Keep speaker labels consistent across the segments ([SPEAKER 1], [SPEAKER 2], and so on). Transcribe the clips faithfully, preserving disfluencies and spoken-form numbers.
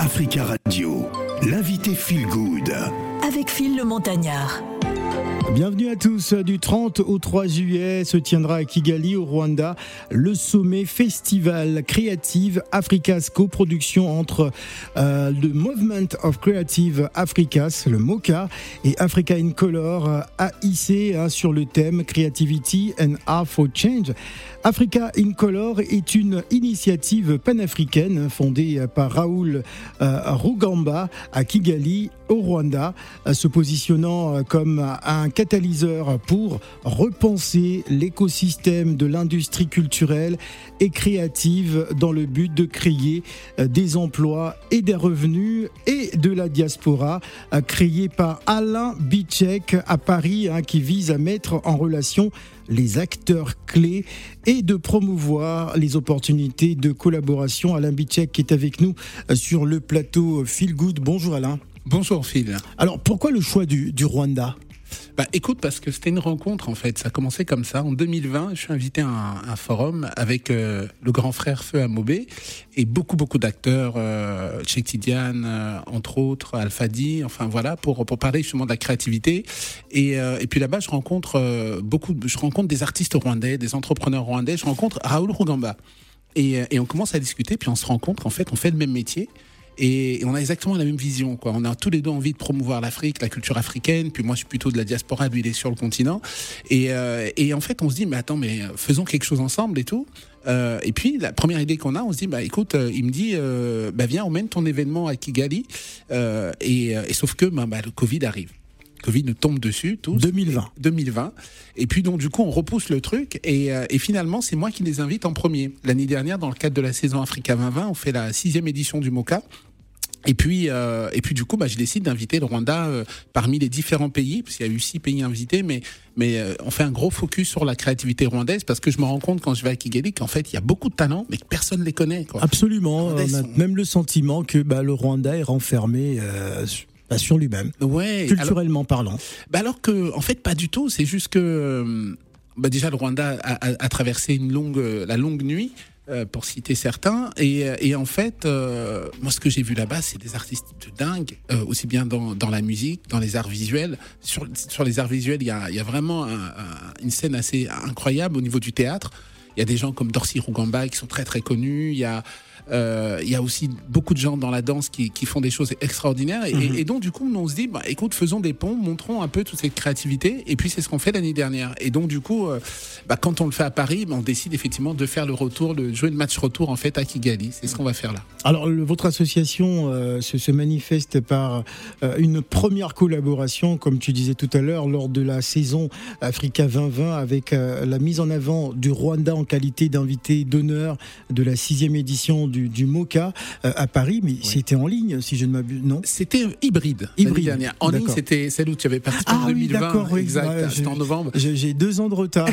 [SPEAKER 1] Africa Radio, l'invité Feel Good.
[SPEAKER 2] Avec Phil le Montagnard.
[SPEAKER 3] Bienvenue à tous. Du trente au trois juillet se tiendra à Kigali, au Rwanda, le sommet Festival Creative Africa's, coproduction entre euh, le Movement of Creative Africas, le MOCA, et Africa in Color, A I C, hein, sur le thème Creativity and Art for Change. Africa in Color est une initiative panafricaine fondée par Raoul euh, Rugamba à Kigali, au Rwanda, euh, se positionnant comme un catalyseur pour repenser l'écosystème de l'industrie culturelle et créative dans le but de créer euh, des emplois et des revenus et de la diaspora, euh, créé par Alain Bitschek à Paris, hein, qui vise à mettre en relation les acteurs clés et de promouvoir les opportunités de collaboration. Alain Bitschek qui est avec nous sur le plateau Feel Good. Bonjour Alain.
[SPEAKER 4] Bonjour Phil.
[SPEAKER 3] Alors pourquoi le choix du, du Rwanda ?
[SPEAKER 4] Bah écoute, parce que c'était une rencontre en fait, ça a commencé comme ça. En deux mille vingt, je suis invité à un, un forum avec euh, le grand frère Feu Amobé et beaucoup beaucoup d'acteurs, euh, Cheikh Tidiane, euh, entre autres, Alfadi, enfin voilà, pour pour parler justement de la créativité. Et, euh, et puis là-bas, je rencontre euh, beaucoup, je rencontre des artistes rwandais, des entrepreneurs rwandais. Je rencontre Raoul Rugamba et, et on commence à discuter, puis on se rend compte qu'en fait, on fait le même métier. Et on a exactement la même vision, quoi. On a tous les deux envie de promouvoir l'Afrique, la culture africaine. Puis moi, je suis plutôt de la diaspora, lui, il est sur le continent. Et, euh, et en fait, on se dit, mais attends, mais faisons quelque chose ensemble et tout. Euh, et puis, la première idée qu'on a, on se dit, bah écoute, euh, il me dit, euh, bah viens, on mène ton événement à Kigali. Euh, et, et sauf que, bah, bah le Covid arrive. Covid nous tombe dessus, tous.
[SPEAKER 3] deux mille vingt.
[SPEAKER 4] deux mille vingt. Et puis donc du coup on repousse le truc et, euh, et finalement c'est moi qui les invite en premier. L'année dernière, dans le cadre de la saison Africa vingt vingt, on fait la sixième édition du MOCA. Et puis, euh, et puis du coup, bah, je décide d'inviter le Rwanda euh, parmi les différents pays, parce qu'il y a eu six pays invités, mais mais euh, on fait un gros focus sur la créativité rwandaise, parce que je me rends compte quand je vais à Kigali qu'en fait il y a beaucoup de talents, mais que personne ne les connaît, quoi.
[SPEAKER 3] Absolument. On a
[SPEAKER 4] sont...
[SPEAKER 3] même le sentiment que bah, le Rwanda est renfermé euh, sur lui-même,
[SPEAKER 4] ouais,
[SPEAKER 3] culturellement
[SPEAKER 4] alors,
[SPEAKER 3] parlant.
[SPEAKER 4] Bah alors que, en fait, pas du tout. C'est juste que, euh, bah déjà, le Rwanda a, a, a traversé une longue, la longue nuit. Euh, pour citer certains, et, et en fait, euh, moi ce que j'ai vu là-bas, c'est des artistes de dingue, euh, aussi bien dans, dans la musique, dans les arts visuels. Sur, sur les arts visuels, il y a, il y a vraiment un, un, une scène assez incroyable au niveau du théâtre. Il y a des gens comme Dorcy Rugamba qui sont très très connus, il y a Euh, il y a aussi beaucoup de gens dans la danse qui, qui font des choses extraordinaires et, mmh. et, et donc du coup on se dit bah, écoute, faisons des ponts, montrons un peu toute cette créativité et puis c'est ce qu'on fait l'année dernière et donc du coup euh, bah, quand on le fait à Paris, bah, on décide effectivement de faire le retour, de jouer le match retour en fait à Kigali, c'est ce qu'on va faire là.
[SPEAKER 3] Alors le, votre association euh, se, se manifeste par euh, une première collaboration, comme tu disais tout à l'heure, lors de la saison Africa vingt vingt avec euh, la mise en avant du Rwanda en qualité d'invité d'honneur de la sixième édition du Du, du MOCA euh, à Paris, mais oui. C'était en ligne, si je ne m'abuse, non ?
[SPEAKER 4] C'était hybride.
[SPEAKER 3] Hybride.
[SPEAKER 4] Dernière. En d'accord. Ligne, c'était celle où tu avais participé
[SPEAKER 3] ah,
[SPEAKER 4] en deux mille vingt.
[SPEAKER 3] Oui, d'accord, oui.
[SPEAKER 4] Exact.
[SPEAKER 3] Ouais,
[SPEAKER 4] c'était en novembre.
[SPEAKER 3] J'ai, j'ai deux ans de retard.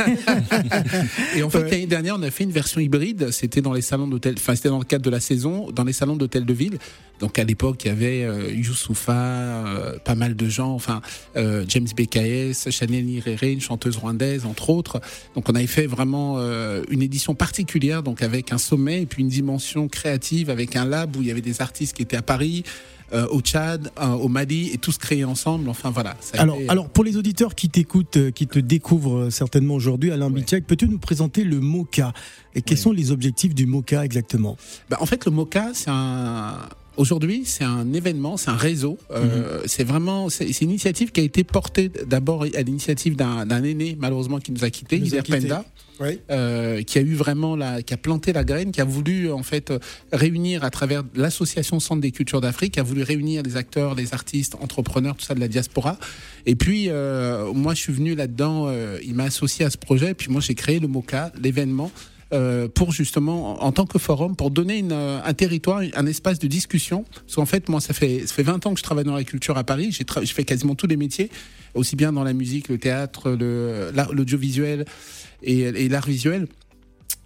[SPEAKER 4] Et en fait,
[SPEAKER 3] ouais.
[SPEAKER 4] L'année dernière, on a fait une version hybride. C'était dans les salons d'hôtel. Enfin, c'était dans le cadre de la saison, dans les salons d'hôtel de ville. Donc à l'époque, il y avait euh, Youssoufa, euh, pas mal de gens, enfin euh, James B K S, Chanel Nirere, une chanteuse rwandaise, entre autres. Donc on avait fait vraiment euh, une édition particulière, donc avec un sommet et puis une dimension créative, avec un lab où il y avait des artistes qui étaient à Paris, euh, au Tchad, euh, au Mali, et tous créés ensemble. Enfin voilà. Ça a
[SPEAKER 3] alors,
[SPEAKER 4] été...
[SPEAKER 3] alors pour les auditeurs qui t'écoutent, qui te découvrent certainement aujourd'hui, Alain ouais. Bitschek, peux-tu nous présenter le MOCA et quels ouais. sont les objectifs du MOCA exactement ?
[SPEAKER 4] Bah, en fait, le MOCA, c'est un Aujourd'hui, c'est un événement, c'est un réseau. Euh, mmh. C'est vraiment, c'est, c'est une initiative qui a été portée d'abord à l'initiative d'un, d'un aîné malheureusement qui nous a quittés, Hilaire Penda, oui. euh, qui a eu vraiment la, qui a planté la graine, qui a voulu en fait réunir à travers l'association Centre des Cultures d'Afrique, qui a voulu réunir les acteurs, les artistes, entrepreneurs, tout ça de la diaspora. Et puis euh, moi, je suis venu là-dedans. Euh, il m'a associé à ce projet. Et puis moi, j'ai créé le MOCA, l'événement. Euh, pour justement, en tant que forum, pour donner une, un territoire, un espace de discussion. Parce qu'en fait, moi, ça fait, ça fait vingt ans que je travaille dans la culture à Paris. J'ai, tra- j'ai fait quasiment tous les métiers, aussi bien dans la musique, le théâtre, le, l'audiovisuel et, et l'art visuel.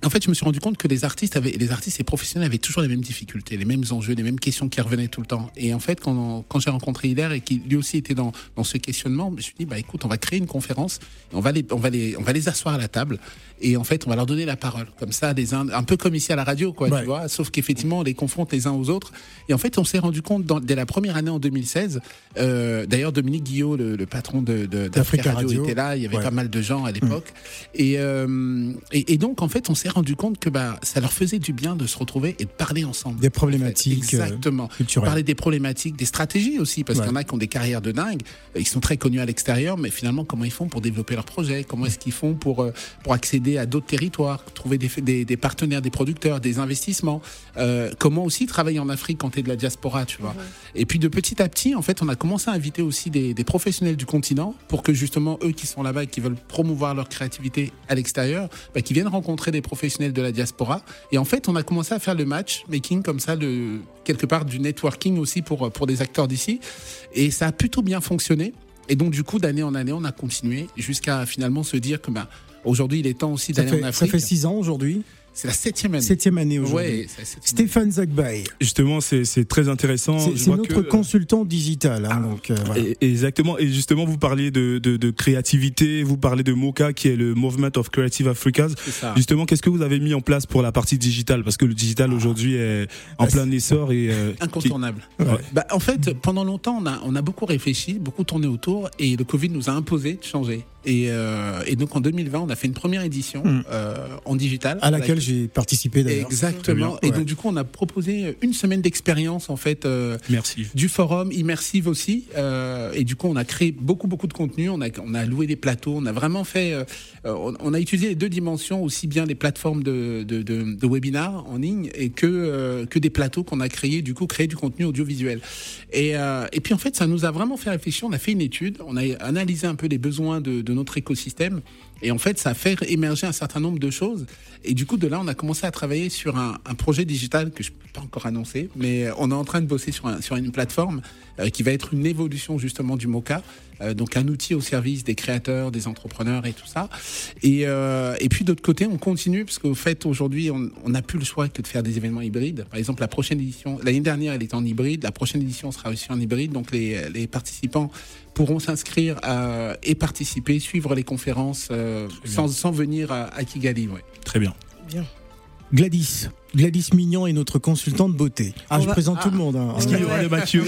[SPEAKER 4] En fait, je me suis rendu compte que les artistes avaient, les artistes et professionnels avaient toujours les mêmes difficultés, les mêmes enjeux, les mêmes questions qui revenaient tout le temps. Et en fait, quand, quand j'ai rencontré Hilaire et qui lui aussi était dans, dans ce questionnement, je me suis dit, bah écoute, on va créer une conférence, et on va les, on va les, on va les asseoir à la table, et en fait, on va leur donner la parole, comme ça, les uns, un peu comme ici à la radio, quoi, ouais. tu vois. Sauf qu'effectivement, on les confronte les uns aux autres. Et en fait, on s'est rendu compte dans, dès la première année en deux mille seize. Euh, d'ailleurs, Dominique Guillot, le, le patron de, de d'Africa Radio, Radio, était là. Il y avait ouais. pas mal de gens à l'époque. Mmh. Et, euh, et, et donc, en fait, on s'est rendu compte que bah ça leur faisait du bien de se retrouver et de parler ensemble.
[SPEAKER 3] Des problématiques
[SPEAKER 4] en fait. Exactement.
[SPEAKER 3] Euh, culturelles.
[SPEAKER 4] Parler des problématiques, des stratégies aussi, parce ouais. qu'il y en a qui ont des carrières de dingue. Ils sont très connus à l'extérieur, mais finalement, comment ils font pour développer leurs projets? Comment est-ce qu'ils font pour pour accéder à d'autres territoires, trouver des, des, des partenaires, des producteurs, des investissements? Euh, comment aussi travailler en Afrique quand t'es de la diaspora, tu vois? Ouais. Et puis de petit à petit, en fait, on a commencé à inviter aussi des, des professionnels du continent pour que justement eux qui sont là-bas et qui veulent promouvoir leur créativité à l'extérieur, bah, qui viennent rencontrer des professionnels de la diaspora. Et en fait, on a commencé à faire le matchmaking comme ça, le, quelque part du networking aussi pour, pour des acteurs d'ici. Et ça a plutôt bien fonctionné. Et donc, du coup, d'année en année, on a continué jusqu'à finalement se dire que bah, aujourd'hui, il est temps aussi d'aller
[SPEAKER 3] fait,
[SPEAKER 4] en Afrique.
[SPEAKER 3] Ça fait six ans aujourd'hui.
[SPEAKER 4] C'est la septième année.
[SPEAKER 3] Septième année aujourd'hui.
[SPEAKER 4] Ouais, c'est
[SPEAKER 3] Stéphane Zaghbaï.
[SPEAKER 5] Justement, c'est, c'est très intéressant.
[SPEAKER 3] C'est, c'est notre que... consultant digital. Hein, ah, donc, euh, voilà.
[SPEAKER 5] et, exactement. Et justement, vous parliez de, de, de créativité, vous parlez de MOCA, qui est le Movement of Creative Africas. Justement, qu'est-ce que vous avez mis en place pour la partie digitale? Parce que le digital ah. aujourd'hui est en bah, plein essor et euh,
[SPEAKER 4] incontournable.
[SPEAKER 5] Qui... Ouais.
[SPEAKER 4] Bah, en fait, pendant longtemps, on a, on a beaucoup réfléchi, beaucoup tourné autour, et le Covid nous a imposé de changer. Et, euh, et donc en deux mille vingt, on a fait une première édition mmh. euh, en digital
[SPEAKER 3] à laquelle la... j'ai participé d'ailleurs.
[SPEAKER 4] Exactement. Et ouais. donc du coup, on a proposé une semaine d'expérience en fait, euh, du forum immersive aussi. Euh, et du coup, on a créé beaucoup beaucoup de contenu. On a on a loué des plateaux. On a vraiment fait. Euh, on, on a utilisé les deux dimensions, aussi bien les plateformes de de, de, de webinars en ligne et que euh, que des plateaux qu'on a créés. Du coup, créer du contenu audiovisuel. Et euh, et puis en fait, ça nous a vraiment fait réfléchir. On a fait une étude. On a analysé un peu les besoins de, de de notre écosystème. Et en fait, ça a fait émerger un certain nombre de choses. Et du coup, de là, on a commencé à travailler sur un, un projet digital que je ne peux pas encore annoncer, mais on est en train de bosser sur, un, sur une plateforme euh, qui va être une évolution justement du MOCA. Euh, donc un outil au service des créateurs, des entrepreneurs et tout ça. Et, euh, et puis d'autre côté, on continue parce qu'au fait, aujourd'hui, on n'a plus le choix que de faire des événements hybrides. Par exemple, la prochaine édition, l'année dernière, elle était en hybride. La prochaine édition sera aussi en hybride. Donc les, les participants pourront s'inscrire à, et participer, suivre les conférences euh, sans, sans venir à, à Kigali. Ouais.
[SPEAKER 5] Très bien.
[SPEAKER 3] Bien. Gladys. Gladys Mignon est notre consultante beauté. Ah, on je va... présente ah. tout le monde. Hein.
[SPEAKER 5] Est-ce qu'il y aura le Mathieu?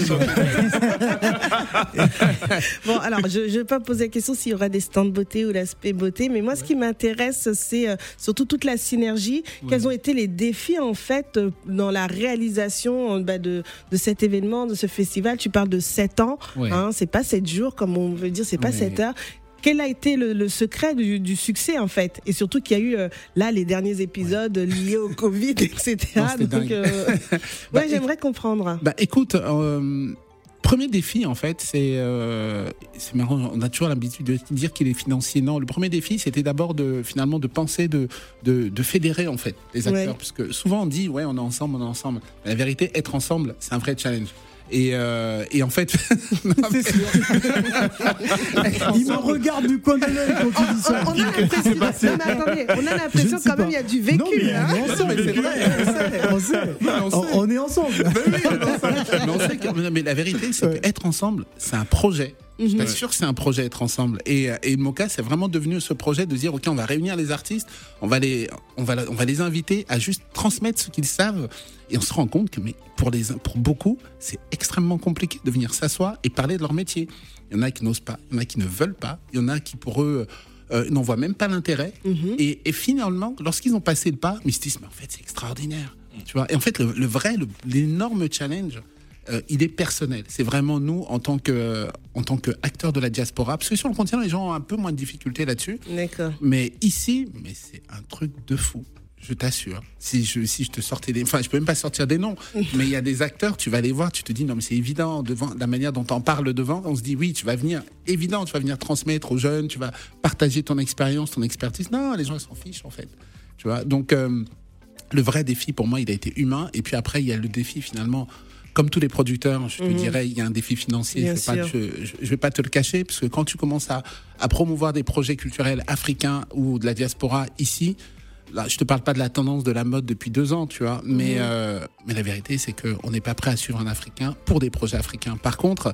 [SPEAKER 6] Bon, alors, je ne vais pas poser la question s'il y aura des stands beauté ou l'aspect beauté, mais moi, ouais. ce qui m'intéresse, c'est euh, surtout toute la synergie. Ouais. Quels ont été les défis, en fait, euh, dans la réalisation euh, bah, de, de cet événement, de ce festival? Tu parles de sept ans, ouais. hein, c'est pas sept jours, comme on veut dire, c'est pas ouais. sept heures. Quel a été le, le secret du, du succès, en fait? Et surtout qu'il y a eu, euh, là, les derniers épisodes ouais. liés au Covid, et cetera. Non, donc, euh, ouais, bah, j'aimerais comprendre.
[SPEAKER 4] Bah, écoute, euh, premier défi, en fait, c'est, euh, c'est marrant, on a toujours l'habitude de dire qu'il est financier. Non, le premier défi, c'était d'abord de, finalement, de penser, de, de, de fédérer, en fait, les acteurs. Ouais. Parce que souvent, on dit, ouais, on est ensemble, on est ensemble. Mais la vérité, être ensemble, c'est un vrai challenge. Et, euh, et en fait, non, mais...
[SPEAKER 3] il me regarde du coin de l'œil quand tu dis ça.
[SPEAKER 6] On, on a l'impression, non, mais attendez, on a l'impression quand même il y a du vécu.
[SPEAKER 3] Non, mais
[SPEAKER 6] hein.
[SPEAKER 3] on, sait, mais c'est vrai, on, sait, on, sait. on, on est ensemble.
[SPEAKER 4] Mais, oui, mais, on sait que, mais la vérité, c'est ouais. qu'être ensemble, c'est un projet. Je suis pas sûr que c'est un projet être ensemble. Et, et MOCA, c'est vraiment devenu ce projet de dire, ok, on va réunir les artistes, on va les, on va, on va les inviter à juste transmettre ce qu'ils savent. Et on se rend compte que, mais pour les, pour beaucoup, c'est extrêmement compliqué de venir s'asseoir et parler de leur métier. Il y en a qui n'osent pas, il y en a qui ne veulent pas, il y en a qui pour eux euh, n'en voient même pas l'intérêt. Mm-hmm. Et, et finalement, lorsqu'ils ont passé le pas, ils se disent, mais en fait, c'est extraordinaire. Tu vois. Et en fait, le, le vrai, le, l'énorme challenge, Euh, il est personnel. C'est vraiment nous, en tant que, en tant qu'acteurs de la diaspora, parce que sur le continent, les gens ont un peu moins de difficultés là-dessus.
[SPEAKER 6] D'accord.
[SPEAKER 4] Mais ici, mais c'est un truc de fou. Je t'assure. Si je, si je te sortais des, enfin, je peux même pas sortir des noms, mais il y a des acteurs, tu vas les voir, tu te dis, non, mais c'est évident, devant la manière dont on parle devant, on se dit, oui, tu vas venir, évident, tu vas venir transmettre aux jeunes, tu vas partager ton expérience, ton expertise. Non, les gens, ils s'en fichent, en fait. Tu vois. Donc, euh, le vrai défi, pour moi, il a été humain. Et puis après, il y a le défi, finalement, comme tous les producteurs, je te mmh. dirais, il y a un défi financier. Bien je ne vais, vais pas te le cacher, parce que quand tu commences à, à promouvoir des projets culturels africains ou de la diaspora ici, là, je te parle pas de la tendance de la mode depuis deux ans, tu vois, mais, mmh. euh, mais la vérité, c'est qu'on n'est pas prêt à suivre un Africain pour des projets africains. Par contre,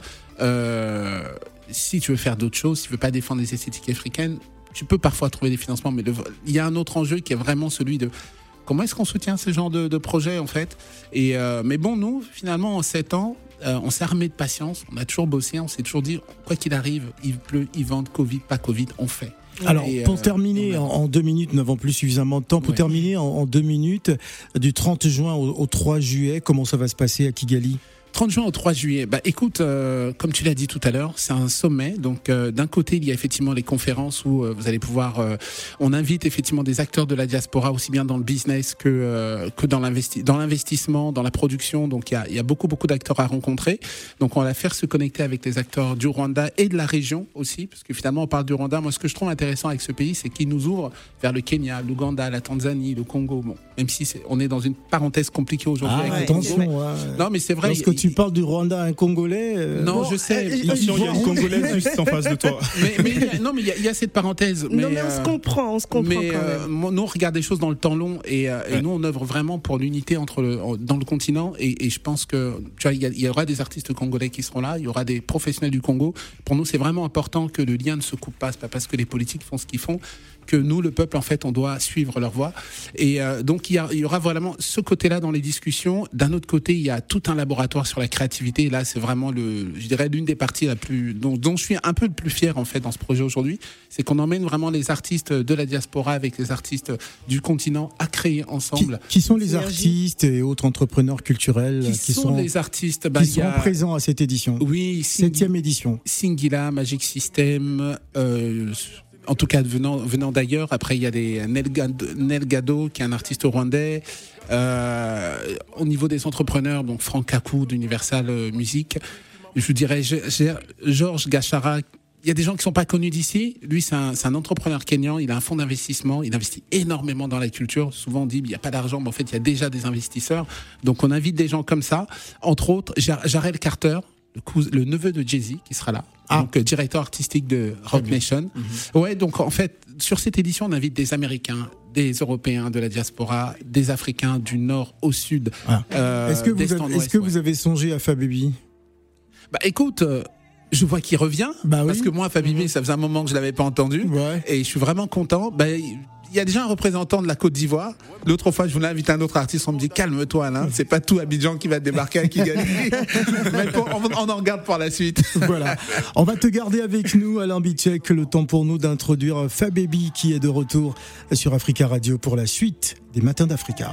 [SPEAKER 4] euh, si tu veux faire d'autres choses, si tu veux pas défendre les esthétiques africaines, tu peux parfois trouver des financements, mais le, il y a un autre enjeu qui est vraiment celui de comment est-ce qu'on soutient ce genre de, de projet, en fait. Et, euh, mais bon, nous, finalement, en sept ans, euh, on s'est armé de patience, on a toujours bossé, on s'est toujours dit, quoi qu'il arrive, il pleut, il vente, Covid, pas Covid, on fait.
[SPEAKER 3] Alors,
[SPEAKER 4] et
[SPEAKER 3] pour
[SPEAKER 4] euh,
[SPEAKER 3] terminer en, en deux minutes, nous n'avons plus suffisamment de temps. Pour ouais. terminer en, en deux minutes, du trente juin au, au trois juillet, comment ça va se passer à Kigali ?
[SPEAKER 4] trente juin au trois juillet. Bah, écoute, euh, comme tu l'as dit tout à l'heure, c'est un sommet. Donc, euh, d'un côté, il y a effectivement les conférences où euh, vous allez pouvoir. Euh, on invite effectivement des acteurs de la diaspora, aussi bien dans le business que euh, que dans l'investi- dans l'investissement, dans la production. Donc, il y a il y a beaucoup beaucoup d'acteurs à rencontrer. Donc, on va faire se connecter avec les acteurs du Rwanda et de la région aussi, parce que finalement, on parle du Rwanda. Moi, ce que je trouve intéressant avec ce pays, c'est qu'il nous ouvre vers le Kenya, l'Ouganda, la Tanzanie, le Congo. Bon, même si c'est, on est dans une parenthèse compliquée aujourd'hui.
[SPEAKER 3] Ah,
[SPEAKER 4] avec
[SPEAKER 3] attention.
[SPEAKER 4] le
[SPEAKER 3] Ouais.
[SPEAKER 4] Non, mais c'est vrai.
[SPEAKER 3] Lorsque tu parles du Rwanda à un Congolais. Euh...
[SPEAKER 4] Non,
[SPEAKER 3] bon,
[SPEAKER 4] je sais.
[SPEAKER 3] Euh,
[SPEAKER 5] Attention, il y a une Congolaise juste en face de toi.
[SPEAKER 4] Mais, mais il y a, non, mais il y, a, il y a cette parenthèse. Mais,
[SPEAKER 6] non, mais on se comprend, on se comprend
[SPEAKER 4] mais,
[SPEAKER 6] quand
[SPEAKER 4] euh,
[SPEAKER 6] même.
[SPEAKER 4] nous, on regarde des choses dans le temps long et, euh, et nous, on œuvre vraiment pour l'unité entre le, dans le continent. Et, et je pense que, tu vois, il y, a, il y aura des artistes congolais qui seront là, il y aura des professionnels du Congo. Pour nous, c'est vraiment important que le lien ne se coupe pas. C'est pas parce que les politiques font ce qu'ils font que nous, le peuple, en fait, on doit suivre leur voie. Et euh, donc, il y, a, il y aura vraiment ce côté-là dans les discussions. D'un autre côté, il y a tout un laboratoire sur la créativité. Et là, c'est vraiment, le, je dirais, l'une des parties la plus, dont, dont je suis un peu le plus fier, en fait, dans ce projet aujourd'hui. C'est qu'on emmène vraiment les artistes de la diaspora avec les artistes du continent à créer ensemble.
[SPEAKER 3] Qui, qui sont les artistes et autres entrepreneurs culturels
[SPEAKER 4] qui,
[SPEAKER 3] qui
[SPEAKER 4] sont,
[SPEAKER 3] sont
[SPEAKER 4] les artistes bah,
[SPEAKER 3] qui
[SPEAKER 4] sont
[SPEAKER 3] a... présents à cette édition?
[SPEAKER 4] Oui,
[SPEAKER 3] septième édition.
[SPEAKER 4] Singila, Magic System, euh, en tout cas venant, venant d'ailleurs. Après, il y a des Nelgado, Nelgado qui est un artiste rwandais. Euh, au niveau des entrepreneurs, donc Franck Kakou d'Universal Music. Je dirais Georges Gachara. Il y a des gens qui sont pas connus d'ici. Lui, c'est un, c'est un entrepreneur kényan. Il a un fonds d'investissement. Il investit énormément dans la culture. Souvent, on dit, il n'y a pas d'argent, mais en fait, il y a déjà des investisseurs. Donc, on invite des gens comme ça. Entre autres, Jarrell Carter, le, cous, le neveu de Jay-Z, qui sera là. Ah. Donc, directeur artistique de Roc Nation. Mm-hmm. Ouais, donc, en fait, sur cette édition, on invite des Américains, des Européens de la diaspora, des Africains du nord au sud. Ah.
[SPEAKER 3] Euh, est-ce que, vous avez, est-ce que ouais. vous avez songé à Fababy?
[SPEAKER 4] Bah, écoute, euh, je vois qu'il revient. Bah, parce oui. que moi, Fababy, mmh. ça faisait un moment que je l'avais pas entendu. Ouais. Et je suis vraiment content. Bah, il y a déjà un représentant de la Côte d'Ivoire. L'autre fois, je voulais inviter un autre artiste. On me dit, calme-toi, Alain. C'est pas tout Abidjan qui va débarquer à Kigali. Mais pour, on, on en regarde par la suite.
[SPEAKER 3] Voilà. On va te garder avec nous, Alain Bitchek. Le temps pour nous d'introduire Fababy qui est de retour sur Africa Radio pour la suite des Matins d'Africa.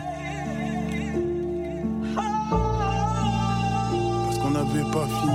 [SPEAKER 7] Parce qu'on n'avait pas fini.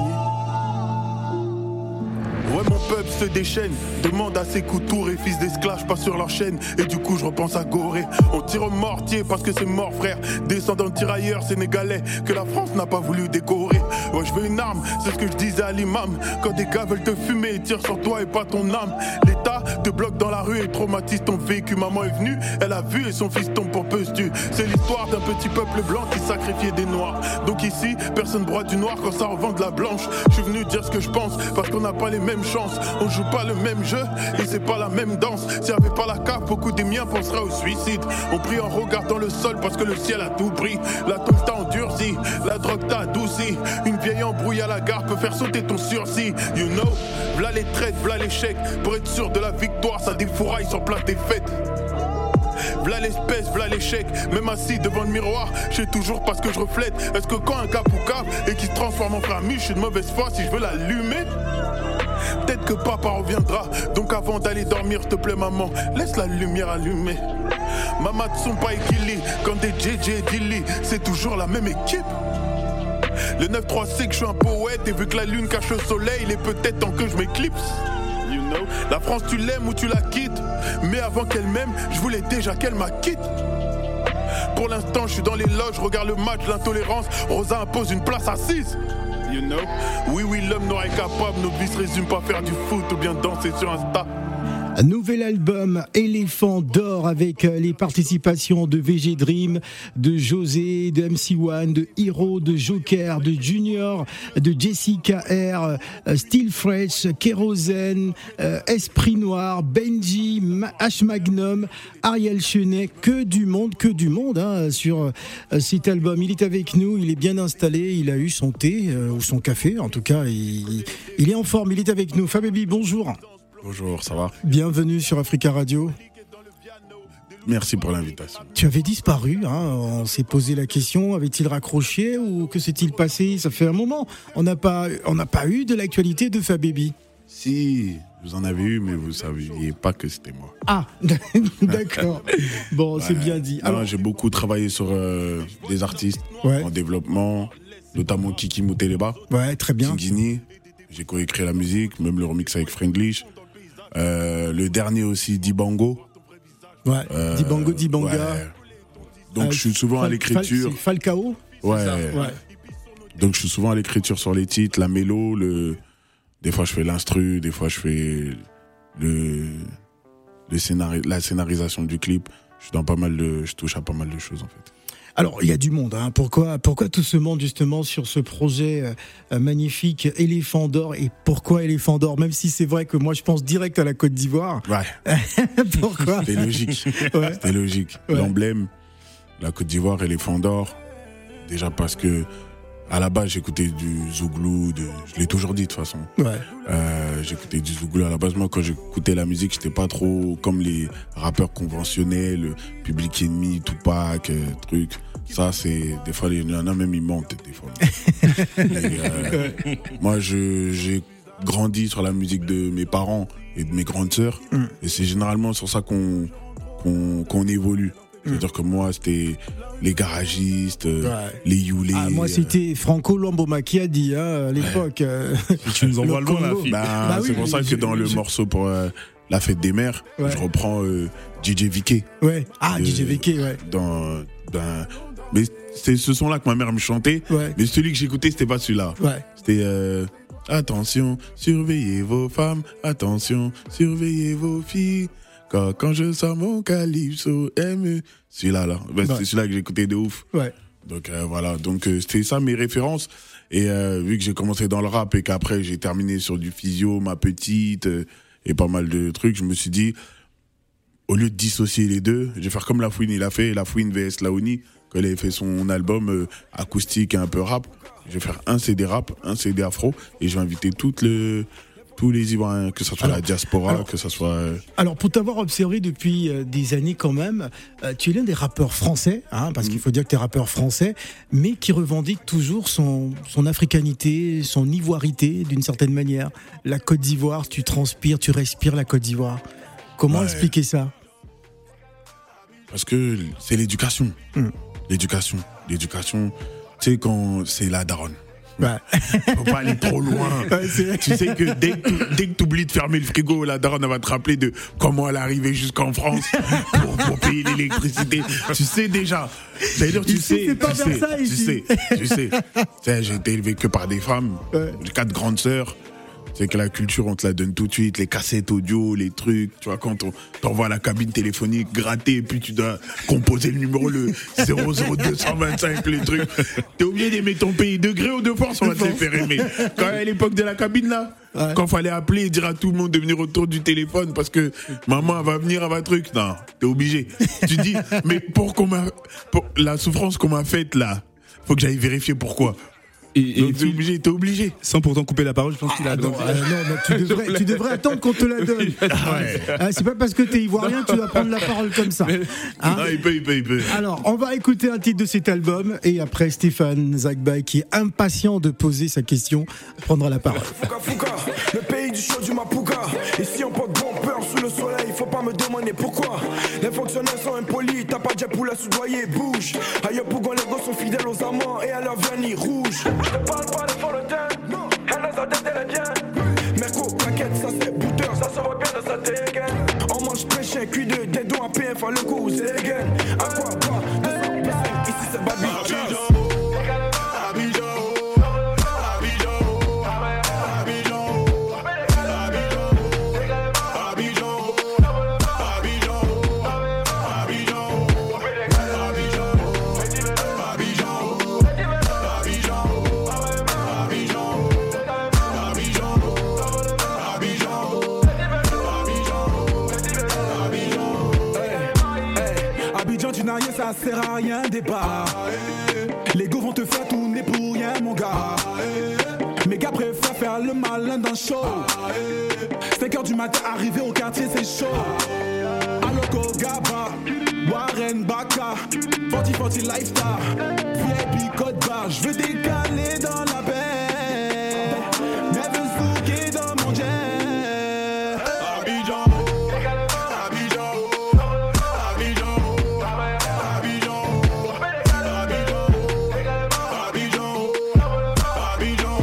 [SPEAKER 7] Ouais, mon peuple se déchaîne, demande à ses coups tours et fils d'esclaves pas sur leur chaîne. Et du coup je repense à Gorée. On tire au mortier parce que c'est mort, frère. Descendant de tirailleurs sénégalais que la France n'a pas voulu décorer. Ouais, je veux une arme, c'est ce que je disais à l'imam. Quand des gars veulent te fumer, ils tirent sur toi et pas ton âme. L'État te bloque dans la rue et traumatise ton vécu. Maman est venue, elle a vu et son fils tombe pour peu stu. C'est l'histoire d'un petit peuple blanc qui sacrifiait des noirs. Donc ici, personne broie du noir quand ça revend de la blanche. Je suis venu dire ce que je pense parce qu'on n'a pas les mêmes chance. On joue pas le même jeu et c'est pas la même danse. S'il y avait pas la cave, beaucoup des miens penseraient au suicide. On prie en regardant le sol parce que le ciel a tout pris. La tombe t'a endurci, la drogue t'a adouci. Une vieille embrouille à la gare peut faire sauter ton sursis. You know, v'là les traites, v'là l'échec. Pour être sûr de la victoire, ça défouraille sur place des fêtes. V'là l'espèce, v'là l'échec. Même assis devant le miroir, je sais toujours pas ce que je reflète. Est-ce que quand un cap ou cap et qui se transforme en frère ami, je suis de mauvaise foi si je veux l'allumer? Peut-être que papa reviendra. Donc avant d'aller dormir, s'il te plaît maman, laisse la lumière allumée. Maman de son pas équilibré. Quand des J J et Dilly, c'est toujours la même équipe. Le neuf trois sait que je suis un poète. Et vu que la lune cache le soleil, il est peut-être temps que je m'éclipse. You know, la France tu l'aimes ou tu la quittes. Mais avant qu'elle m'aime, je voulais déjà qu'elle m'acquitte. Pour l'instant je suis dans les loges, regarde le match, l'intolérance. Rosa impose une place assise. You know? Oui, oui, l'homme noir est capable. Nos vies se résument pas à faire du foot ou bien danser sur Insta.
[SPEAKER 3] Un nouvel album Éléphant d'or avec les participations de V G Dream, de José, de M C one, de Hiro, de Joker, de Junior, de Jessica R, Still Fresh, Kérosène, euh, Esprit Noir, Benji, Ma- H Magnum, Ariel Chenet, que du monde, que du monde hein, sur euh, cet album. Il est avec nous, il est bien installé, il a eu son thé euh, ou son café, en tout cas il, il est en forme, il est avec nous. Fababy, bonjour.
[SPEAKER 8] Bonjour, ça va?
[SPEAKER 3] Bienvenue sur Africa Radio.
[SPEAKER 8] Merci pour l'invitation.
[SPEAKER 3] Tu avais disparu, hein, on s'est posé la question, avait-il raccroché ou que s'est-il passé? Ça fait un moment, on n'a pas, on n'a pas eu de l'actualité de Fababy.
[SPEAKER 8] Si, vous en avez eu, mais vous ne saviez pas que c'était moi.
[SPEAKER 3] Ah, d'accord. Bon, ouais, c'est bien dit.
[SPEAKER 8] Alors, non, j'ai beaucoup travaillé sur euh, des artistes ouais. en développement, notamment Kiki Mouteleba.
[SPEAKER 3] Ouais, très bien.
[SPEAKER 8] Tingini. J'ai coécrit la musique, même le remix avec Franglish. Euh, le dernier aussi, Dibango.
[SPEAKER 3] Ouais, euh, Dibango, Dibanga.
[SPEAKER 8] Ouais. Donc
[SPEAKER 3] euh,
[SPEAKER 8] je suis souvent
[SPEAKER 3] Fal-
[SPEAKER 8] à l'écriture.
[SPEAKER 3] Fal- c'est Falcao.
[SPEAKER 8] Ouais.
[SPEAKER 3] ouais.
[SPEAKER 8] Donc je suis souvent à l'écriture sur les titres, la mélo, le. Des fois je fais l'instru, des fois je fais le, le scénari... la scénarisation du clip. Je suis dans pas mal de, je touche à pas mal de choses en fait.
[SPEAKER 3] Alors, il y a du monde. Hein. Pourquoi, pourquoi tout ce monde, justement, sur ce projet euh, magnifique Éléphant d'or? Et pourquoi Éléphant d'or? Même si c'est vrai que moi, je pense direct à la Côte d'Ivoire.
[SPEAKER 8] Ouais.
[SPEAKER 3] Pourquoi?
[SPEAKER 8] C'était logique. Ouais. C'était logique. Ouais. L'emblème, la Côte d'Ivoire, Éléphant d'or. Déjà parce que, à la base, j'écoutais du Zouglou. De... Je l'ai toujours dit, de toute façon.
[SPEAKER 3] Ouais.
[SPEAKER 8] Euh, j'écoutais du Zouglou. À la base, moi, quand j'écoutais la musique, j'étais pas trop comme les rappeurs conventionnels, Public Enemy, Tupac, euh, truc. Ça, c'est, des fois, il y en a même, ils mentent, des fois. Et, euh, moi, je, j'ai grandi sur la musique de mes parents et de mes grandes sœurs. Mm. Et c'est généralement sur ça qu'on, qu'on, qu'on évolue. C'est-à-dire que moi, c'était les garagistes, ouais. les Youlés.
[SPEAKER 3] Ah, moi, c'était Franco Lamboma qui a dit, hein, à l'époque.
[SPEAKER 8] Ouais.
[SPEAKER 3] Euh,
[SPEAKER 8] tu nous envoies loin, la fille. Bah, bah c'est oui, pour ça que dans je, le je... morceau pour euh, la fête des mères, ouais. je reprends euh, D J Viké.
[SPEAKER 3] Ouais. Ah, de, D J Viké, ouais.
[SPEAKER 8] Dans, dans, mais c'est ce son-là que ma mère me chantait. Ouais. Mais celui que j'écoutais, c'était pas celui-là.
[SPEAKER 3] Ouais.
[SPEAKER 8] C'était euh, attention, surveillez vos femmes. Attention, surveillez vos filles. Quand, quand je sors mon calypso, M E. Celui-là, là. Ben, ouais. C'est celui-là que j'écoutais de ouf.
[SPEAKER 3] Ouais.
[SPEAKER 8] Donc, euh, voilà. Donc, euh, c'était ça mes références. Et euh, vu que j'ai commencé dans le rap et qu'après, j'ai terminé sur du physio, ma petite, euh, et pas mal de trucs, je me suis dit, au lieu de dissocier les deux, je vais faire comme La Fouine, il a fait, La Fouine V S Laoni, quand il avait fait son album euh, acoustique et un peu rap. Je vais faire un C D rap, un C D afro, et je vais inviter toutes le... tous les Ivoiriens, que ce soit alors, la diaspora, alors, que ce soit... Euh...
[SPEAKER 3] Alors, pour t'avoir observé depuis euh, des années quand même, euh, tu es l'un des rappeurs français, hein, parce mmh. qu'il faut dire que tu es rappeur français, mais qui revendique toujours son, son africanité, son ivoirité, d'une certaine manière. La Côte d'Ivoire, tu transpires, tu respires la Côte d'Ivoire. Comment ouais. expliquer ça?
[SPEAKER 8] Parce que c'est l'éducation. Mmh. L'éducation. L'éducation, tu sais, quand c'est la daronne.
[SPEAKER 3] Ouais.
[SPEAKER 8] Faut pas aller trop loin. Ouais, tu sais que dès que tu oublies de fermer le frigo, la daronne va te rappeler de comment elle est arrivée jusqu'en France pour, pour payer l'électricité. Tu sais déjà. C'est-à-dire, tu sais,
[SPEAKER 3] c'est pas
[SPEAKER 8] tu,
[SPEAKER 3] vers
[SPEAKER 8] sais
[SPEAKER 3] ça,
[SPEAKER 8] tu sais, tu sais, tu sais. J'ai été élevé que par des femmes. Ouais. J'ai quatre grandes sœurs. C'est que la culture, on te la donne tout de suite, les cassettes audio, les trucs, tu vois, quand on t'envoie à la cabine téléphonique, gratter, et puis tu dois composer le numéro, le zéro zéro deux cent vingt-cinq, les trucs. T'es obligé d'aimer ton pays, de gré ou de force, on va te les faire aimer. Quand à l'époque de la cabine, là, ouais. quand fallait appeler et dire à tout le monde de venir autour du téléphone parce que maman, elle va venir, elle va truc, non, t'es obligé. Tu dis, mais pour qu'on m'a, pour la souffrance qu'on m'a faite, là, faut que j'aille vérifier pourquoi. Et, et t'es obligé, t'es obligé.
[SPEAKER 5] Sans pourtant couper la parole, je pense ah, qu'il a.
[SPEAKER 3] Non, euh, non, non, tu devrais, tu devrais attendre qu'on te la donne. Ah, ouais. ah, c'est pas parce que t'es ivoirien que tu dois prendre la parole comme ça.
[SPEAKER 8] Hein non, il peut, il peut, il peut.
[SPEAKER 3] Alors, on va écouter un titre de cet album et après Stéphane Zagbaï, qui est impatient de poser sa question, prendra la parole.
[SPEAKER 9] Fouca, Fouca, le pays du chaud du Mapuga. Ici on porte bon peur sous le soleil, faut pas me demander pourquoi. Les fonctionnaires sont impolis, t'as pas de jet pour la soudoyer, bouge. Ailleurs Pougon, les gosses sont fidèles aux amants et à leur vernis rouge. Je te parle pas de follow-them, non, elle les a tête, elle est bien. Merco, plaquette, ça c'est bouteur, ça se voit bien dans sa dégaine. On mange très cher, cuit de des dons à P F, le coup, c'est again. À quoi pas, deux cents personnes, ici c'est Babi. sert à rien débat. Les go vont te faire tourner pour rien mon gars. Mes gars préfèrent faire le malin dans le show. cinq heures du matin arrivé au quartier c'est chaud. Aloko Gaba, Warren Baka, forty forty lifestyle, V I P code bar. Je veux décaler dans la baie, mais veux souquer dans mon jet. Abidjan, Abidjan, Abidjan, Abidjan, Abidjan, Abidjan, Abidjan,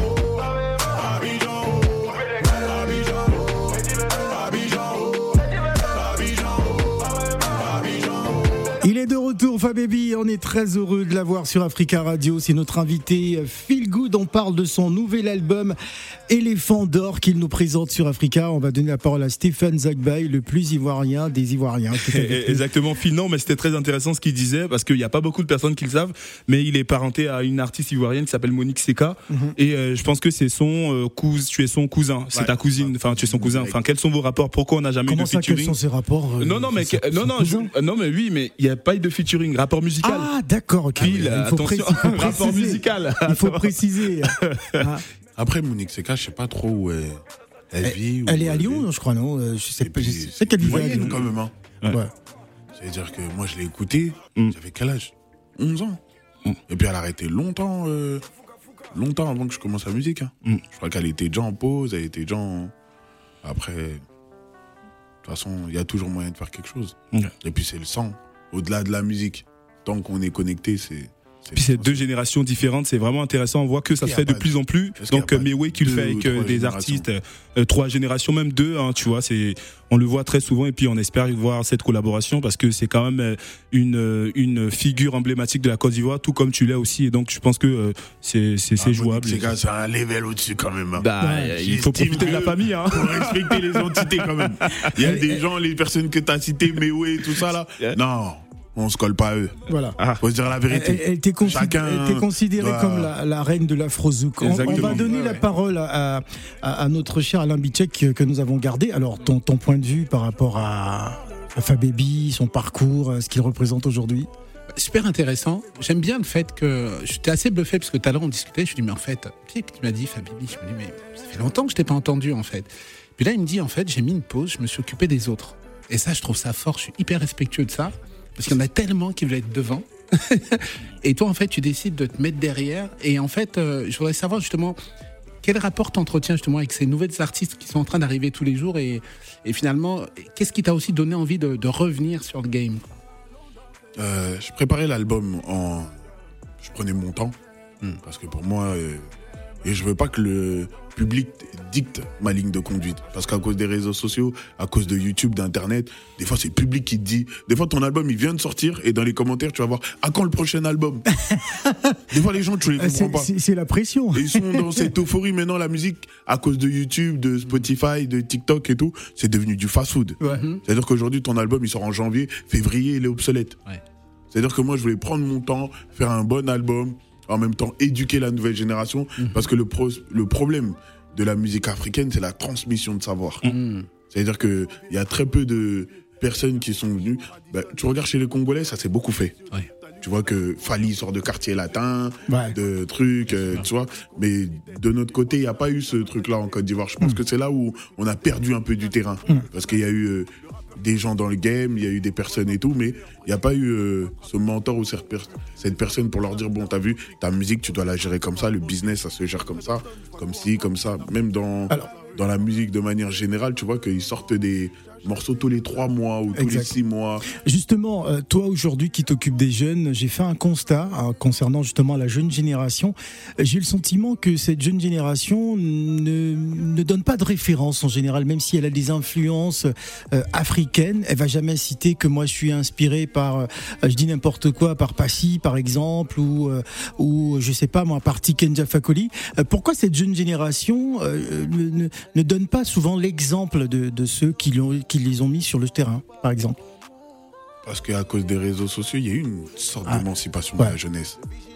[SPEAKER 3] Il est de retour, Fababy. On est très heureux de l'avoir sur Africa Radio. C'est notre invité Feel Good. On parle de son nouvel album Éléphant d'or qu'il nous présente sur Africa. On va donner la parole à Stéphane Zagbaï, le plus ivoirien des Ivoiriens.
[SPEAKER 5] Exactement, Phil. Non, mais c'était très intéressant ce qu'il disait parce qu'il n'y a pas beaucoup de personnes qui le savent, mais il est parenté à une artiste ivoirienne qui s'appelle Monique Seka. Mm-hmm. Et euh, je pense que c'est son euh, cousin. Tu es son cousin. C'est ouais. ta cousine. Enfin, tu es son cousin. Enfin, quels sont vos rapports? Pourquoi on n'a jamais
[SPEAKER 3] Comment
[SPEAKER 5] eu de
[SPEAKER 3] ça,
[SPEAKER 5] featuring?
[SPEAKER 3] Quels sont ses rapports euh,
[SPEAKER 5] Non, non, mais que, non, non, je, non, mais oui, mais il n'y a pas eu de featuring. Rapport musical.
[SPEAKER 3] Ah, d'accord. Okay.
[SPEAKER 5] Phil, il faut attention. Préciser, rapport musical.
[SPEAKER 3] Il faut préciser.
[SPEAKER 8] Ah. Après, Monique Seka, je sais pas trop où elle, elle, elle vit.
[SPEAKER 3] Elle est à Lyon, vit. je crois, non? Je sais, pas, je sais qu'elle vivait à Lyon.
[SPEAKER 8] Quand même, hein.
[SPEAKER 3] Ouais. ouais.
[SPEAKER 8] C'est-à-dire que moi, je l'ai écoutée, mm. j'avais quel âge? onze ans. Mm. Et puis, elle a arrêté longtemps, euh, longtemps avant que je commence la musique. Hein. Mm. Je crois qu'elle était déjà en pause, elle était déjà en... Après, de toute façon, il y a toujours moyen de faire quelque chose. Mm. Et puis, c'est le sang. Au-delà de la musique, tant qu'on est connecté, c'est...
[SPEAKER 5] Puis c'est deux générations différentes, c'est vraiment intéressant. On voit que ça se fait de plus en plus. Donc Meway qui le fait avec euh, des artistes, euh, trois générations, même deux, hein, tu vois, c'est, on le voit très souvent et puis on espère voir cette collaboration parce que c'est quand même une une figure emblématique de la Côte d'Ivoire, tout comme tu l'as aussi. Et donc je pense que euh, c'est c'est, c'est ah, jouable.
[SPEAKER 8] C'est gars, c'est un level au-dessus quand même. Hein.
[SPEAKER 5] Bah, ouais, il faut profiter de la famille, hein.
[SPEAKER 8] Pour respecter les entités quand même. Il y a des gens, les personnes que tu as citées, Meway, tout ça là. Yeah. Non. On se colle pas à eux.
[SPEAKER 3] Voilà.
[SPEAKER 8] Ah. Faut se dire la vérité.
[SPEAKER 3] Elle, elle était, consid- Chacun... elle était considérée ouais. comme la, la reine de l'afrozouk. On, on va donner ouais, la ouais. parole à, à, à notre cher Alain Bitchek que, que nous avons gardé. Alors, ton, ton point de vue par rapport à, à Fababy, son parcours, ce qu'il représente aujourd'hui?
[SPEAKER 4] Super intéressant. J'aime bien le fait que j'étais assez bluffé parce que tout à l'heure on discutait. Je me dis mais en fait, tu m'as dit Fababy, je me dis mais ça fait longtemps que je t'ai pas entendu en fait. Puis là il me dit en fait j'ai mis une pause, je me suis occupé des autres. Et ça je trouve ça fort. Je suis hyper respectueux de ça. Parce qu'il y en a tellement qui veulent être devant. Et toi, en fait, tu décides de te mettre derrière. Et en fait, euh, je voudrais savoir justement quel rapport t'entretiens justement avec ces nouvelles artistes qui sont en train d'arriver tous les jours. Et, et finalement, qu'est-ce qui t'a aussi donné envie de, de revenir sur le game?
[SPEAKER 8] euh, Je préparais l'album en... Je prenais mon temps. Hmm. Parce que pour moi... Euh... Et je veux pas que le public dicte ma ligne de conduite. Parce qu'à cause des réseaux sociaux, à cause de YouTube, d'Internet, des fois c'est le public qui te dit... Des fois ton album il vient de sortir et dans les commentaires tu vas voir « À quand le prochain album ?» Des fois les gens tu les comprends
[SPEAKER 3] c'est,
[SPEAKER 8] pas.
[SPEAKER 3] C'est, c'est la pression.
[SPEAKER 8] Et ils sont dans cette euphorie maintenant, la musique, à cause de YouTube, de Spotify, de TikTok et tout, c'est devenu du fast-food. Ouais. C'est-à-dire qu'aujourd'hui ton album il sort en janvier, février il est obsolète. Ouais. C'est-à-dire que moi je voulais prendre mon temps, faire un bon album... En même temps, éduquer la nouvelle génération, mmh. parce que le, pro- le problème de la musique africaine, c'est la transmission de savoir. Mmh. C'est-à-dire qu'il y a très peu de personnes qui sont venues. Bah, tu regardes chez les Congolais, ça s'est beaucoup fait. Ouais. Tu vois que Fally sort de quartier latin, ouais. de trucs, euh, tu vois. Mais de notre côté, il n'y a pas eu ce truc-là en Côte d'Ivoire. Je pense mmh. que c'est là où on a perdu un peu du terrain. Mmh. Parce qu'il y a eu... Euh, des gens dans le game, il y a eu des personnes et tout, mais il n'y a pas eu euh, ce mentor ou cette, per- cette personne pour leur dire, bon, t'as vu, ta musique, tu dois la gérer comme ça, le business, ça se gère comme ça, comme ci, comme ça. Même dans, Alors, dans la musique, de manière générale, tu vois qu'ils sortent des morceaux tous les trois mois ou tous exact. les six mois.
[SPEAKER 3] Justement, euh, toi aujourd'hui qui t'occupes des jeunes, j'ai fait un constat hein, concernant justement la jeune génération. J'ai le sentiment que cette jeune génération ne, ne donne pas de référence en général, même si elle a des influences euh, africaines. Elle va jamais citer que moi je suis inspiré par, euh, je dis n'importe quoi, par Passy par exemple, ou euh, ou je sais pas moi, par Tiken Fakoli. Euh, pourquoi cette jeune génération euh, ne, ne, ne donne pas souvent l'exemple de, de ceux qui l'ont qui les ont mis sur le terrain, par exemple?
[SPEAKER 8] Parce qu'à cause des réseaux sociaux, il y a eu une sorte ah. d'émancipation ouais. de la jeunesse.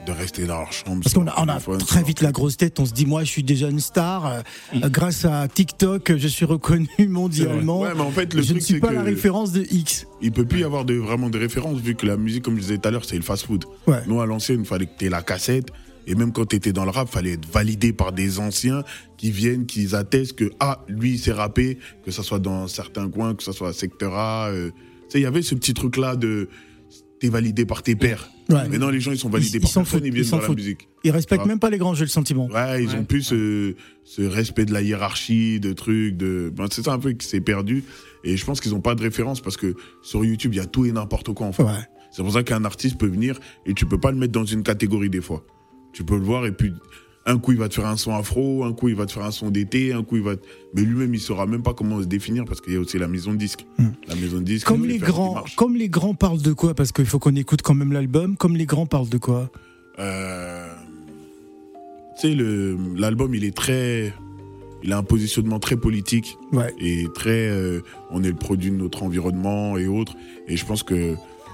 [SPEAKER 8] de rester dans leur chambre.
[SPEAKER 3] Parce qu'on a, on a très vite la grosse tête, on se dit moi je suis déjà une star, euh, mmh. grâce à TikTok je suis reconnu mondialement,
[SPEAKER 8] ouais, mais en fait, le
[SPEAKER 3] je
[SPEAKER 8] truc,
[SPEAKER 3] ne suis
[SPEAKER 8] c'est
[SPEAKER 3] pas
[SPEAKER 8] que
[SPEAKER 3] la référence de X.
[SPEAKER 8] Il peut plus y avoir de, vraiment de référence vu que la musique, comme je disais tout à l'heure, c'est le fast-food.
[SPEAKER 3] Ouais.
[SPEAKER 8] Nous à l'ancienne, il fallait que tu aies la cassette. Et même quand tu étais dans le rap, il fallait être validé par des anciens qui viennent, qui attestent que ah, lui, il s'est rappé, que ça soit dans certains coins, que ça soit secteur A. Euh, tu sais, il y avait ce petit truc-là de t'es validé par tes pairs. Ouais. Maintenant, les gens, ils sont validés
[SPEAKER 3] ils,
[SPEAKER 8] par
[SPEAKER 3] ils
[SPEAKER 8] personne,
[SPEAKER 3] ils
[SPEAKER 8] ils viennent
[SPEAKER 3] ils dans
[SPEAKER 8] la musique.
[SPEAKER 3] Ils respectent même pas les grands, j'ai le sentiment.
[SPEAKER 8] Ouais, ils ouais. ont plus ce, ce respect de la hiérarchie, de trucs, de. Ben, c'est ça un peu qui s'est perdu. Et je pense qu'ils n'ont pas de référence parce que sur YouTube, il y a tout et n'importe quoi en fait. Ouais. C'est pour ça qu'un artiste peut venir et tu peux pas le mettre dans une catégorie des fois. Tu peux le voir et puis un coup il va te faire un son afro, un coup il va te faire un son d'été, un coup il va te... mais lui-même il saura même pas comment se définir parce qu'il y a aussi la maison de disque. Mmh. La maison de disque.
[SPEAKER 3] Comme les grands, comme les grands parlent de quoi? Parce qu'il faut qu'on écoute quand même l'album. Comme les grands parlent de quoi?
[SPEAKER 8] euh... Tu sais, le l'album il est très, il a un positionnement très politique
[SPEAKER 3] ouais.
[SPEAKER 8] et très, euh, on est le produit de notre environnement et autres. Et je pense que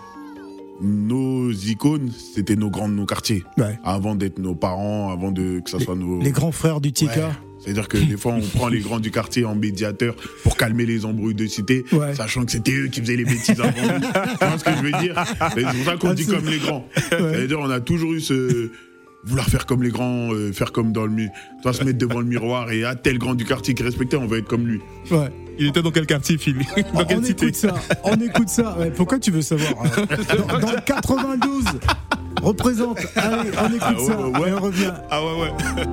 [SPEAKER 8] nos icônes, c'était nos grands de nos quartiers.
[SPEAKER 3] Ouais.
[SPEAKER 8] Avant d'être nos parents, avant de que ça
[SPEAKER 3] les,
[SPEAKER 8] soit nos...
[SPEAKER 3] Les grands frères du T K. Ouais.
[SPEAKER 8] C'est-à-dire que des fois, on prend les grands du quartier en médiateur pour calmer les embrouilles de cité, ouais. sachant que c'était eux qui faisaient les bêtises avant nous. Tu vois ce que je veux dire? C'est pour ça qu'on ah, dit comme les grands. Ouais. C'est-à-dire on a toujours eu ce... vouloir faire comme les grands, euh, faire comme dans le mur. Toi, se mettre devant le miroir et ah, tel grand du quartier qui respectait, on va être comme lui.
[SPEAKER 3] Ouais.
[SPEAKER 5] Il était dans quel quartier, Phil? Dans
[SPEAKER 3] on,
[SPEAKER 5] quelle
[SPEAKER 3] on
[SPEAKER 5] cité?
[SPEAKER 3] Écoute ça, on écoute ça. Ouais, pourquoi tu veux savoir? Dans, dans le quatre-vingt-douze, représente. Allez, on écoute ah, ouais, ça. Ouais. Et on revient.
[SPEAKER 5] Ah ouais, ouais.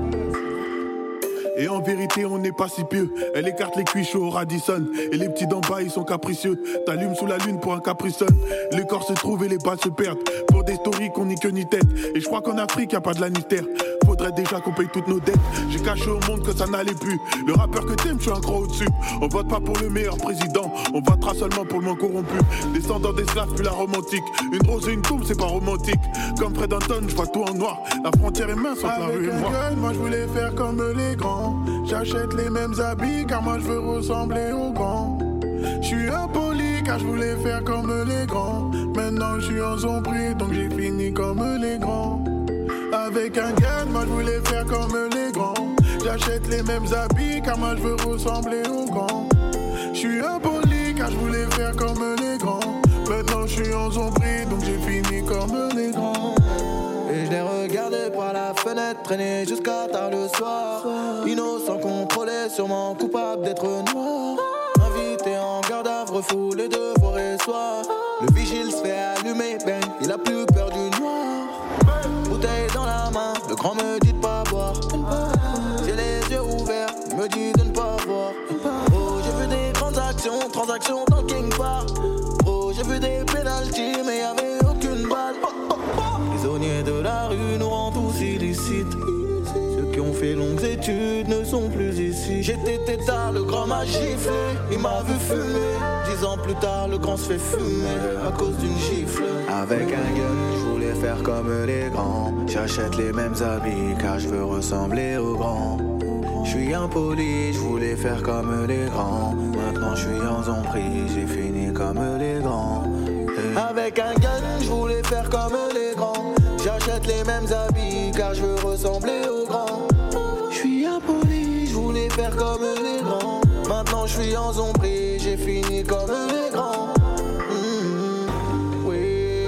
[SPEAKER 7] Et en vérité, on n'est pas si pieux. Elle écarte les cuits chauds au Radisson. Et les petits d'en bas, ils sont capricieux. T'allumes sous la lune pour un Capricorn. Les corps se trouvent et les balles se perdent. Pour des stories qu'on n'y que ni tête. Et je crois qu'en Afrique, y a pas de lannister. Faudrait déjà qu'on paye toutes nos dettes. J'ai caché au monde que ça n'allait plus. Le rappeur que t'aimes, je suis un gros au-dessus. On vote pas pour le meilleur président. On votera seulement pour le moins corrompu. Descendant d'esclaves, puis la romantique. Une rose et une tombe, c'est pas romantique. Comme Fred Anton, je vois tout en noir. La frontière est mince entre la rue et moi. Gueule, moi je voulais faire comme les grands. J'achète les mêmes habits car moi je veux ressembler aux grands. Je suis impoli car je voulais faire comme les grands. Maintenant je suis en zombie donc j'ai fini comme les grands. Avec un gun, moi je voulais faire comme les grands. J'achète les mêmes habits car moi je veux ressembler aux grands. Je suis impoli car je voulais faire comme les grands. Maintenant je suis en zombie donc j'ai fini comme les grands.
[SPEAKER 10] Et je les regardais par la fenêtre traîner jusqu'à tard le soir. Innocent contrôlé, sûrement coupable d'être noir. Invité en garde à refoulé de forêt soir. Le vigile se fait allumer, ben il a plus peur du noir. Bouteille dans la main, le grand me dit de pas boire. J'ai les yeux ouverts, il me dit de ne pas voir. Oh j'ai vu des transactions, transactions dans King Bar. Oh j'ai vu des pénaltys mais y'avait aucune balle. Prisonniers de la rue nous rendent tous illicites. Ceux qui ont fait longues études ne sont plus ici. J'étais tétard, le grand m'a giflé. Il m'a vu fumer. Dix ans plus tard, le grand se fait fumer à cause d'une gifle.
[SPEAKER 11] Avec un gun, je voulais faire comme les grands. J'achète les mêmes habits car je veux ressembler aux grands. Je suis impoli, je voulais faire comme les grands. Maintenant je suis en zombie, j'ai fini comme les grands.
[SPEAKER 10] Avec un gun, je voulais faire comme les grands. J'achète les mêmes habits car je veux ressembler aux grands. Je suis impoli, je voulais faire comme les grands. Maintenant je suis en zombie, j'ai fini comme les grands. Mmh, oui.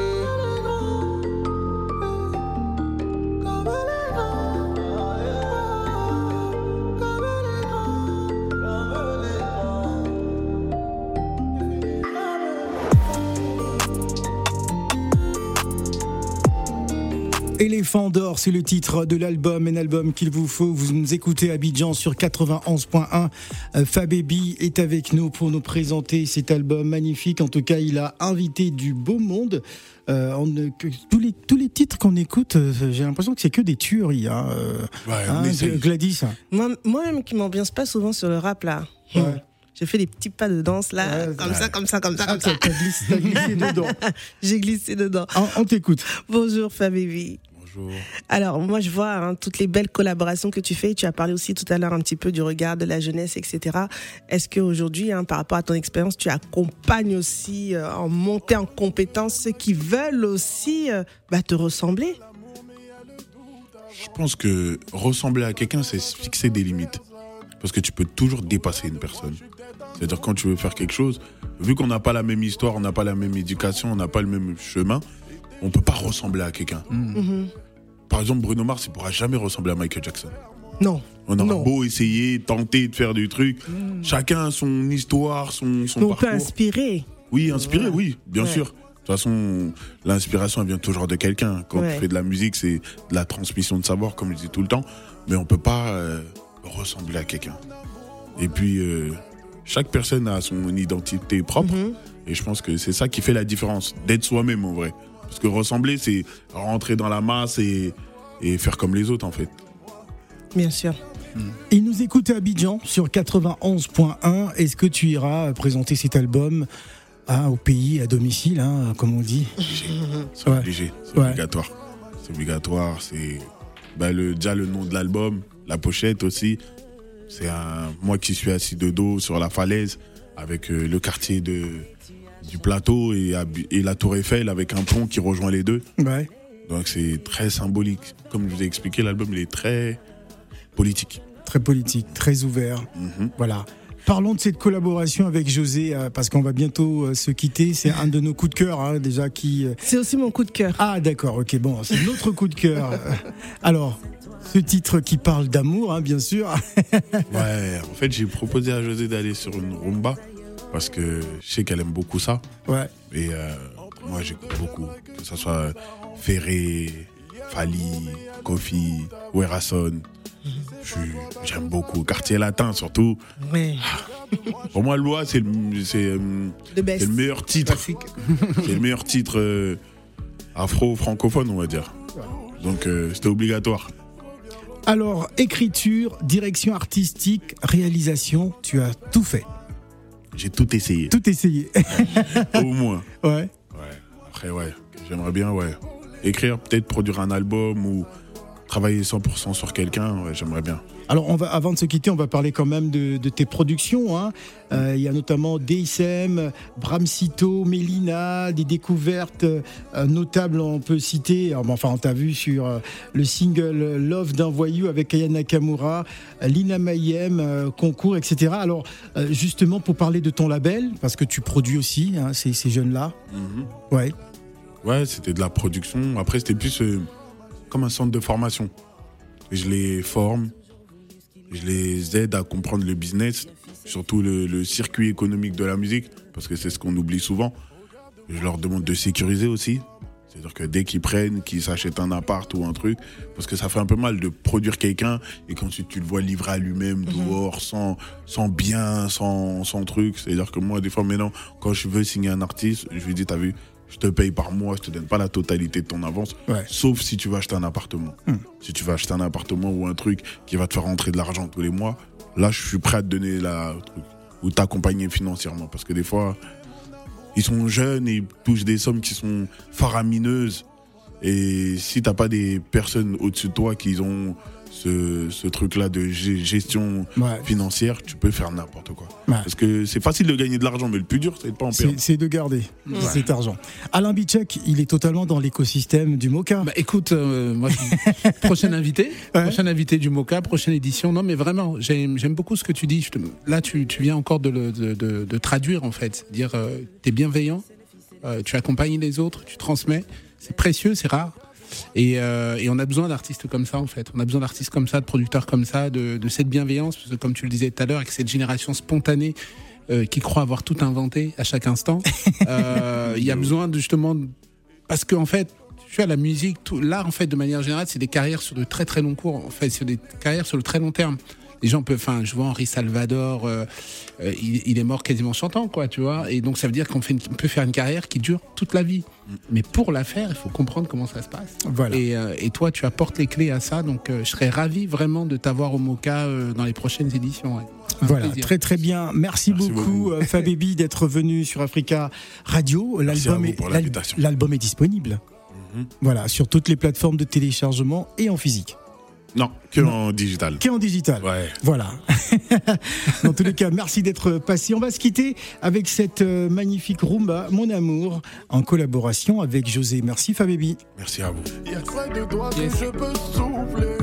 [SPEAKER 3] Éléphant d'or, c'est le titre de l'album, un album qu'il vous faut. Vous nous écoutez à Abidjan sur quatre-vingt-onze point un. Euh, Fababy est avec nous pour nous présenter cet album magnifique. En tout cas, il a invité du beau monde. Euh, on, que, tous, les, tous les titres qu'on écoute, euh, j'ai l'impression que c'est que des tueries. Hein, euh,
[SPEAKER 8] ouais,
[SPEAKER 3] hein, Gladys.
[SPEAKER 6] Moi, moi-même qui m'ambiance pas souvent sur le rap là.
[SPEAKER 3] Ouais.
[SPEAKER 6] J'ai fait des petits pas de danse là, ouais, comme ouais. ça, comme ça, comme ça, comme
[SPEAKER 3] ah,
[SPEAKER 6] ça.
[SPEAKER 3] T'as glissé, t'as glissé dedans.
[SPEAKER 6] J'ai glissé dedans.
[SPEAKER 3] On, on t'écoute.
[SPEAKER 6] Bonjour Fababy.
[SPEAKER 8] Bonjour.
[SPEAKER 6] Alors moi je vois hein, toutes les belles collaborations que tu fais. Tu as parlé aussi tout à l'heure un petit peu du regard de la jeunesse, et cetera. Est-ce qu'aujourd'hui, hein, par rapport à ton expérience, tu accompagnes aussi euh, en montée en compétence ceux qui veulent aussi euh, bah, te ressembler?
[SPEAKER 8] Je pense que ressembler à quelqu'un, c'est se fixer des limites. Parce que tu peux toujours dépasser une personne. C'est-à-dire quand tu veux faire quelque chose, vu qu'on n'a pas la même histoire, on n'a pas la même éducation, on n'a pas le même chemin, on ne peut pas ressembler à quelqu'un.
[SPEAKER 6] Mmh.
[SPEAKER 8] Par exemple, Bruno Mars, il ne pourra jamais ressembler à Michael Jackson.
[SPEAKER 6] Non.
[SPEAKER 8] On aura
[SPEAKER 6] non.
[SPEAKER 8] beau essayer, tenter de faire du truc. Mmh. Chacun a son histoire, son, son
[SPEAKER 6] on
[SPEAKER 8] parcours.
[SPEAKER 6] On peut inspirer.
[SPEAKER 8] Oui, inspirer, ouais. oui, bien
[SPEAKER 6] ouais.
[SPEAKER 8] sûr. De toute façon, l'inspiration, elle vient toujours de quelqu'un. Quand ouais. on fait de la musique, c'est de la transmission de savoir, comme je dis tout le temps. Mais on ne peut pas euh, ressembler à quelqu'un. Et puis, euh, chaque personne a son identité propre. Mmh. Et je pense que c'est ça qui fait la différence, d'être soi-même en vrai. Parce que ressembler, c'est rentrer dans la masse et, et faire comme les autres, en fait.
[SPEAKER 6] Bien sûr.
[SPEAKER 3] Mmh. Il nous écoute à Abidjan sur quatre-vingt-onze point un. Est-ce que tu iras présenter cet album hein, au pays, à domicile, hein, comme on dit?
[SPEAKER 8] C'est ouais. obligé, c'est ouais. obligatoire. C'est obligatoire, c'est bah, le, déjà le nom de l'album, la pochette aussi. C'est un, moi qui suis assis de dos sur la falaise avec euh, le quartier de, du plateau et, et la tour Eiffel avec un pont qui rejoint les deux.
[SPEAKER 3] Ouais.
[SPEAKER 8] Donc c'est très symbolique. Comme je vous ai expliqué, l'album il est très politique.
[SPEAKER 3] Très politique, très ouvert.
[SPEAKER 8] Mm-hmm.
[SPEAKER 3] Voilà. Parlons de cette collaboration avec José, euh, parce qu'on va bientôt euh, se quitter. C'est un de nos coups de cœur, hein, déjà qui. Euh...
[SPEAKER 6] C'est aussi mon coup de cœur.
[SPEAKER 3] Ah d'accord, ok, bon, c'est notre coup de cœur. Alors, ce titre qui parle d'amour, hein, bien sûr.
[SPEAKER 8] Ouais, en fait, j'ai proposé à José d'aller sur une rumba parce que je sais qu'elle aime beaucoup ça.
[SPEAKER 3] Ouais.
[SPEAKER 8] Et euh, moi, j'écoute beaucoup, que ce soit Ferré, Fali, Kofi, Werason. J'aime beaucoup. Quartier latin, surtout.
[SPEAKER 6] Ouais.
[SPEAKER 8] Pour moi, Loi, c'est le, c'est, c'est le meilleur titre. C'est le meilleur titre euh, afro-francophone, on va dire. Donc, euh, c'était obligatoire.
[SPEAKER 3] Alors, écriture, direction artistique, réalisation, tu as tout fait.
[SPEAKER 8] J'ai tout essayé.
[SPEAKER 3] Tout essayé.
[SPEAKER 8] Au moins.
[SPEAKER 3] Ouais.
[SPEAKER 8] Ouais. Après, ouais. J'aimerais bien, ouais. Écrire, peut-être produire un album ou travailler cent pour cent sur quelqu'un, ouais, j'aimerais bien.
[SPEAKER 3] Alors, on va, avant de se quitter, on va parler quand même de, de tes productions. Hein. Euh, il y a notamment D S M, Bramsito, Mélina, des découvertes euh, notables, on peut citer. Alors, enfin, on t'a vu sur euh, le single Love d'un voyou avec Aya Nakamura, euh, Lina Mayem, euh, Concours, et cetera. Alors, euh, justement, pour parler de ton label, parce que tu produis aussi hein, ces, ces jeunes-là.
[SPEAKER 8] Mm-hmm.
[SPEAKER 3] Ouais.
[SPEAKER 8] Ouais, c'était de la production. Après, c'était plus euh, comme un centre de formation. Et je les forme. Je les aide à comprendre le business, surtout le, le circuit économique de la musique, parce que c'est ce qu'on oublie souvent. Je leur demande de sécuriser aussi. C'est-à-dire que dès qu'ils prennent, qu'ils s'achètent un appart ou un truc, parce que ça fait un peu mal de produire quelqu'un et qu'ensuite tu le vois livrer à lui-même dehors, sans, sans bien, sans, sans truc. C'est-à-dire que moi, des fois, maintenant, quand je veux signer un artiste, je lui dis, t'as vu, je te paye par mois, je te donne pas la totalité de ton avance,
[SPEAKER 3] ouais.
[SPEAKER 8] Sauf si tu vas acheter un appartement. Hum. Si tu vas acheter un appartement ou un truc qui va te faire rentrer de l'argent tous les mois, là, je suis prêt à te donner la truc ou t'accompagner financièrement, parce que des fois, ils sont jeunes et ils touchent des sommes qui sont faramineuses. Et si t'as pas des personnes au-dessus de toi qui ont ce, ce truc-là de gestion
[SPEAKER 3] ouais.
[SPEAKER 8] financière, tu peux faire n'importe quoi.
[SPEAKER 3] Ouais.
[SPEAKER 8] Parce que c'est facile de gagner de l'argent, mais le plus dur, c'est de pas en perdre.
[SPEAKER 3] C'est, c'est de garder
[SPEAKER 6] ouais.
[SPEAKER 3] cet argent. Alain Bitchek, il est totalement dans l'écosystème du Moka.
[SPEAKER 4] Bah écoute, euh, moi, prochain invité, ouais. prochain invité du Moka, prochaine édition. Non, mais vraiment, j'aime, j'aime beaucoup ce que tu dis. Je te, là, tu, tu viens encore de, le, de, de, de traduire en fait, dire, euh, t'es bienveillant, euh, tu accompagnes les autres, tu transmets. C'est précieux, c'est rare. Et, euh, et on a besoin d'artistes comme ça en fait. On a besoin d'artistes comme ça, de producteurs comme ça, de, de cette bienveillance, parce que comme tu le disais tout à l'heure, avec cette génération spontanée euh, qui croit avoir tout inventé à chaque instant, euh, il y a besoin de, justement, parce qu'en fait, tu vois, la musique, tout, l'art en fait, de manière générale, c'est des carrières sur de très très longs cours. En fait, c'est des carrières sur le très long terme. Les gens peuvent, enfin, je vois Henri Salvador, euh, euh, il, il est mort quasiment chantant, quoi, tu vois. Et donc, ça veut dire qu'on fait une, on peut faire une carrière qui dure toute la vie. Mais pour la faire, il faut comprendre comment ça se passe.
[SPEAKER 3] Voilà.
[SPEAKER 4] Et, euh, et toi, tu apportes les clés à ça. Donc, euh, je serais ravi vraiment de t'avoir au Moka euh, dans les prochaines éditions. Ouais.
[SPEAKER 3] Voilà,
[SPEAKER 4] plaisir.
[SPEAKER 3] très très bien. Merci, Merci beaucoup, beaucoup. Fababy, d'être venu sur Africa Radio. L'album est, l'album est disponible. Mm-hmm. Voilà, sur toutes les plateformes de téléchargement et en physique.
[SPEAKER 8] Non, que non. en digital.
[SPEAKER 3] Que en digital.
[SPEAKER 8] Ouais.
[SPEAKER 3] Voilà. Dans tous les cas, merci d'être passé. On va se quitter avec cette magnifique rumba, Mon Amour, en collaboration avec José. Merci Fababy.
[SPEAKER 8] Merci à vous.
[SPEAKER 7] Il y a que de toi que je peux souffler.